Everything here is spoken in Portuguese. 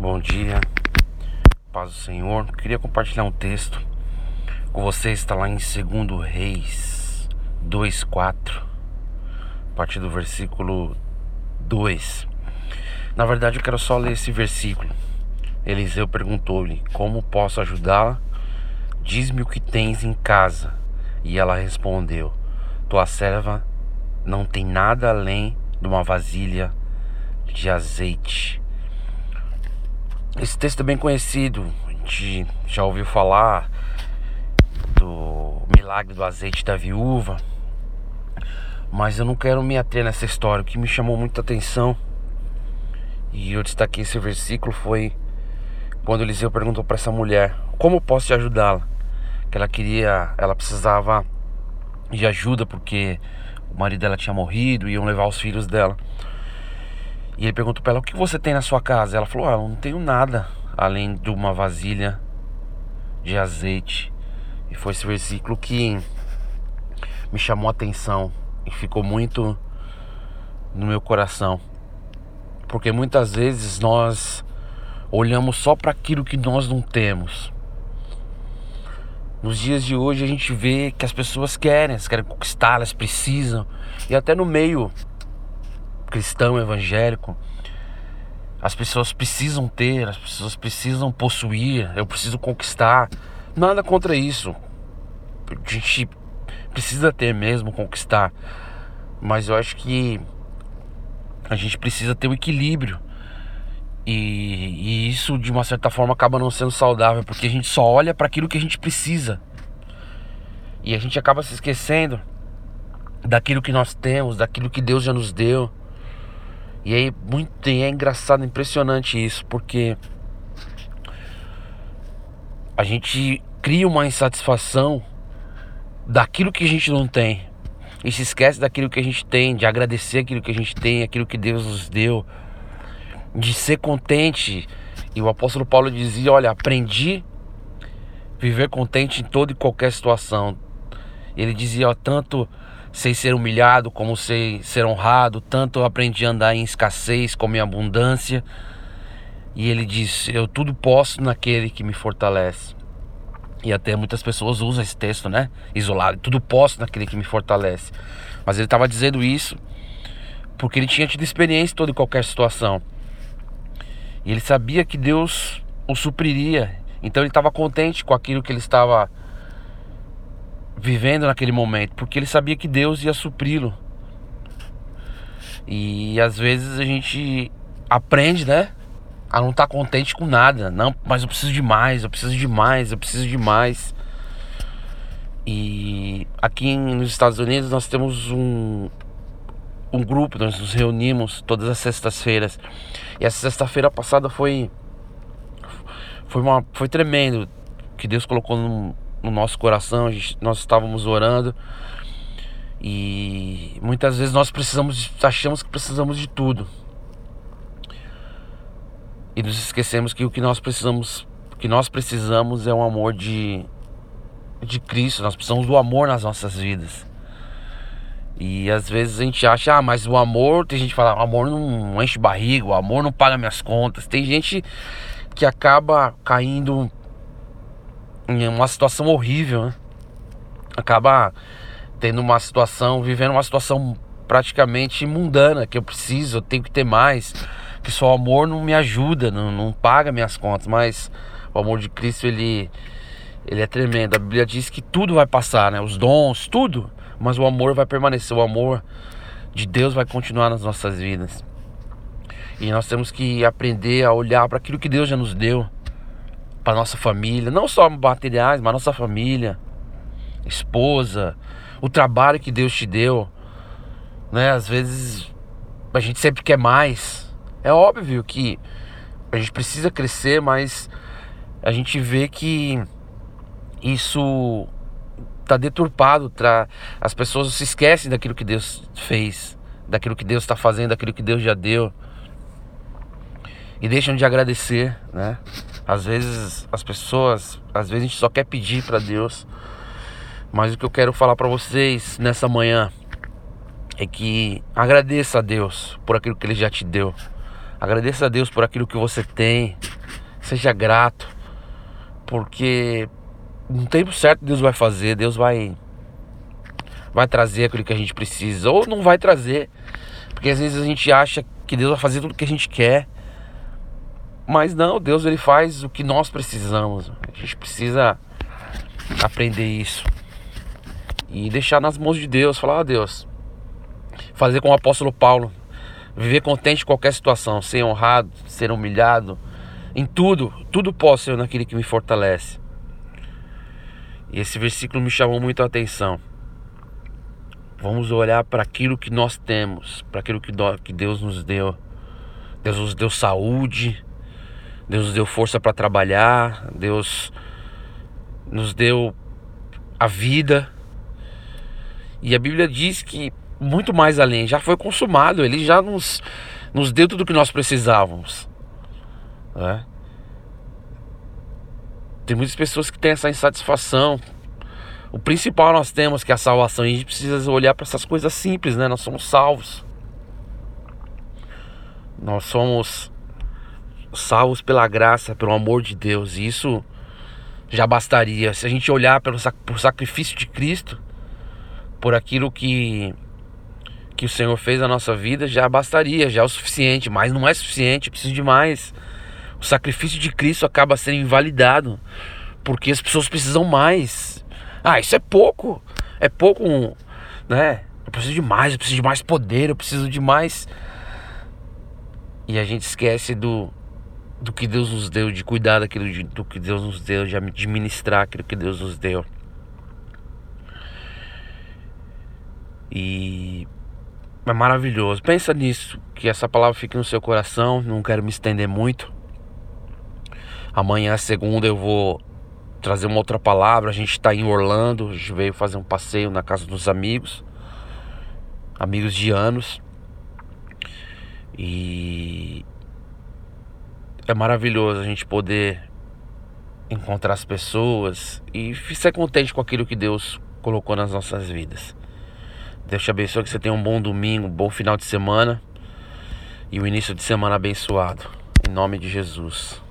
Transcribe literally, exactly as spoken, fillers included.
Bom dia, paz do Senhor. Queria compartilhar um texto com vocês. Está lá em Segundo Reis dois, quatro, a partir do versículo dois. Na verdade eu quero só ler esse versículo. Eliseu perguntou-lhe: como posso ajudá-la? Diz-me o que tens em casa. E ela respondeu: tua serva não tem nada além de uma vasilha de azeite. Esse texto é bem conhecido, a gente já ouviu falar do milagre do azeite da viúva, mas eu não quero me ater nessa história. O que me chamou muita atenção, e eu destaquei esse versículo, foi quando Eliseu perguntou para essa mulher: como posso te ajudá-la? Que ela queria, ela precisava de ajuda porque o marido dela tinha morrido e iam levar os filhos dela. E ele perguntou para ela: o que você tem na sua casa? Ela falou: ah, eu não tenho nada além de uma vasilha de azeite. E foi esse versículo que me chamou a atenção e ficou muito no meu coração, porque muitas vezes nós olhamos só para aquilo que nós não temos. Nos dias de hoje a gente vê que as pessoas querem, elas querem conquistar, elas precisam. E até no meio cristão, evangélico, as pessoas precisam ter, as pessoas precisam possuir, eu preciso conquistar. Nada contra isso, a gente precisa ter mesmo, conquistar. Mas eu acho que a gente precisa ter um equilíbrio. E, e isso de uma certa forma acaba não sendo saudável, porque a gente só olha para aquilo que a gente precisa e a gente acaba se esquecendo daquilo que nós temos, daquilo que Deus já nos deu. E aí muito, e é engraçado, impressionante isso, porque a gente cria uma insatisfação daquilo que a gente não tem e se esquece daquilo que a gente tem, de agradecer aquilo que a gente tem, aquilo que Deus nos deu, de ser contente. E o apóstolo Paulo dizia: olha, aprendi a viver contente em toda e qualquer situação. Ele dizia: ó, tanto sei ser humilhado como sei ser honrado, tanto eu aprendi a andar em escassez como em abundância. E ele diz: eu tudo posso naquele que me fortalece. E até muitas pessoas usam esse texto, né, isolado: tudo posso naquele que me fortalece. Mas ele estava dizendo isso porque ele tinha tido experiência em toda e qualquer situação. E ele sabia que Deus o supriria. Então ele estava contente com aquilo que ele estava vivendo naquele momento, porque ele sabia que Deus ia supri-lo. E às vezes a gente aprende, né, a não estar contente com nada. Não, mas eu preciso de mais, eu preciso de mais, eu preciso de mais. E aqui nos Estados Unidos nós temos um um grupo, nós nos reunimos todas as sextas-feiras. E essa sexta-feira passada foi foi uma foi tremendo, que Deus colocou no, no nosso coração. A gente, nós estávamos orando e muitas vezes nós precisamos, achamos que precisamos de tudo e nos esquecemos que o que nós precisamos, o que nós precisamos é um amor de de Cristo. Nós precisamos do amor nas nossas vidas. E às vezes a gente acha: ah, mas o amor, tem gente que fala: o amor não enche barriga, o amor não paga minhas contas. Tem gente que acaba caindo em uma situação horrível, né? Acaba tendo uma situação, vivendo uma situação praticamente mundana, que eu preciso, eu tenho que ter mais, que só o amor não me ajuda, não, não paga minhas contas. Mas o amor de Cristo, ele, ele é tremendo. A Bíblia diz que tudo vai passar, né? Os dons, tudo. Mas o amor vai permanecer, o amor de Deus vai continuar nas nossas vidas. E nós temos que aprender a olhar para aquilo que Deus já nos deu, para nossa família, não só materiais, mas nossa família, esposa, o trabalho que Deus te deu, né? Às vezes a gente sempre quer mais. É óbvio que a gente precisa crescer, mas a gente vê que isso está deturpado, tá? As pessoas se esquecem daquilo que Deus fez, daquilo que Deus está fazendo, daquilo que Deus já deu, e deixam de agradecer, né? Às vezes as pessoas, às vezes a gente só quer pedir para Deus, mas o que eu quero falar para vocês nessa manhã é que agradeça a Deus por aquilo que Ele já te deu. Agradeça a Deus por aquilo que você tem. Seja grato, porque no tempo certo Deus vai fazer, Deus vai vai trazer aquilo que a gente precisa, ou não vai trazer, porque às vezes a gente acha que Deus vai fazer tudo o que a gente quer, mas não, Deus ele faz o que nós precisamos. A gente precisa aprender isso e deixar nas mãos de Deus, falar: ó Deus, fazer como o apóstolo Paulo, viver contente em qualquer situação, ser honrado, ser humilhado, em tudo, tudo posso ser naquele que me fortalece. E esse versículo me chamou muito a atenção. Vamos olhar para aquilo que nós temos, para aquilo que Deus nos deu. Deus nos deu saúde, Deus nos deu força para trabalhar, Deus nos deu a vida. E a Bíblia diz que muito mais além, já foi consumado, Ele já nos, nos deu tudo o que nós precisávamos, né? Tem muitas pessoas que têm essa insatisfação. O principal nós temos, que é a salvação, e a gente precisa olhar para essas coisas simples, né? Nós somos salvos. Nós somos salvos pela graça, pelo amor de Deus. E isso já bastaria. Se a gente olhar pelo sacrifício de Cristo, por aquilo que, que o Senhor fez na nossa vida, já bastaria, já é o suficiente. Mas não é suficiente, precisa de mais. O sacrifício de Cristo acaba sendo invalidado, porque as pessoas precisam mais. Ah, isso é pouco, é pouco, né? Eu preciso de mais, eu preciso de mais poder, eu preciso de mais. E a gente esquece do, do que Deus nos deu, de cuidar daquilo de, do que Deus nos deu, de administrar aquilo que Deus nos deu. E é maravilhoso. Pensa nisso, que essa palavra fique no seu coração. Não quero me estender muito. Amanhã, segunda, eu vou trazer uma outra palavra. A gente está em Orlando, a gente veio fazer um passeio na casa dos amigos, amigos de anos. E é maravilhoso a gente poder encontrar as pessoas e ser contente com aquilo que Deus colocou nas nossas vidas. Deus te abençoe, que você tenha um bom domingo, um bom final de semana e um início de semana abençoado. Em nome de Jesus.